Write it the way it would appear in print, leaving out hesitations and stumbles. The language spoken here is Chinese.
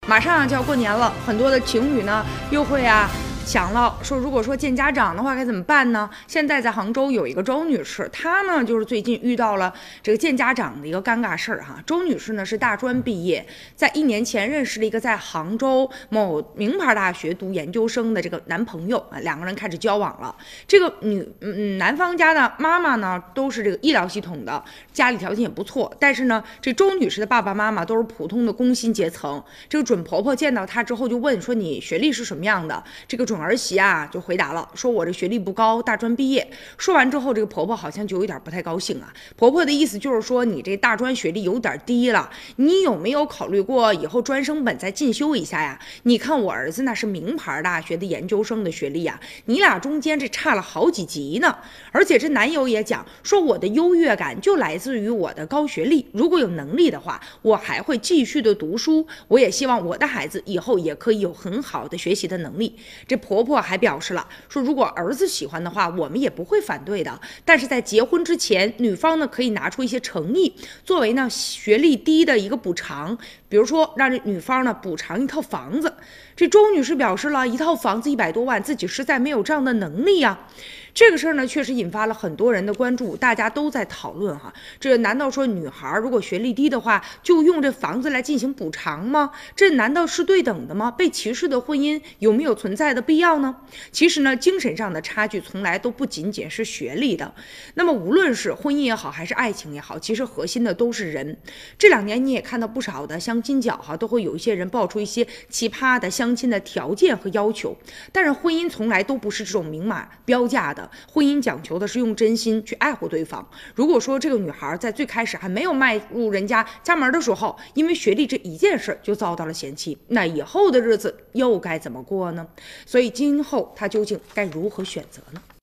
马上就要过年了，很多的情侣呢又会想了说，如果说见家长的话该怎么办呢？现在在杭州有一个周女士，她呢就是最近遇到了这个见家长的一个尴尬事儿哈。周女士呢是大专毕业，在1年前认识了一个在杭州某名牌大学读研究生的这个男朋友啊，两个人开始交往了。这个男方家的妈妈呢都是这个医疗系统的，家里条件也不错，但是呢这周女士的爸爸妈妈都是普通的工薪阶层。这个准婆婆见到她之后就问说，你学历是什么样的？这个准儿媳就回答了，说我这学历不高，大专毕业。说完之后，这个婆婆好像就有点不太高兴啊。婆婆的意思就是说，你这大专学历有点低了，你有没有考虑过以后专升本再进修一下呀？你看我儿子那是名牌大学的研究生的学历呀，你俩中间这差了好几级呢。而且这男友也讲说，我的优越感就来自于我的高学历，如果有能力的话，我还会继续的读书，我也希望我的孩子以后也可以有很好的学习的能力。这婆婆还表示了说，如果儿子喜欢的话，我们也不会反对的，但是在结婚之前，女方呢可以拿出一些诚意，作为呢学历低的一个补偿，比如说让这女方呢补偿一套房子。这周女士表示了，一套房子100多万，自己实在没有这样的能力啊。这个事儿呢，确实引发了很多人的关注，大家都在讨论哈。这难道说女孩如果学历低的话，就用这房子来进行补偿吗？这难道是对等的吗？被歧视的婚姻有没有存在的必要呢？其实呢，精神上的差距从来都不仅仅是学历的。那么无论是婚姻也好，还是爱情也好，其实核心的都是人。这2年你也看到不少的相亲角都会有一些人爆出一些奇葩的相亲的条件和要求，但是婚姻从来都不是这种明码标价的。婚姻讲求的是用真心去爱护对方。如果说这个女孩在最开始还没有迈入人家家门的时候，因为学历这一件事就遭到了嫌弃，那以后的日子又该怎么过呢？所以今后她究竟该如何选择呢？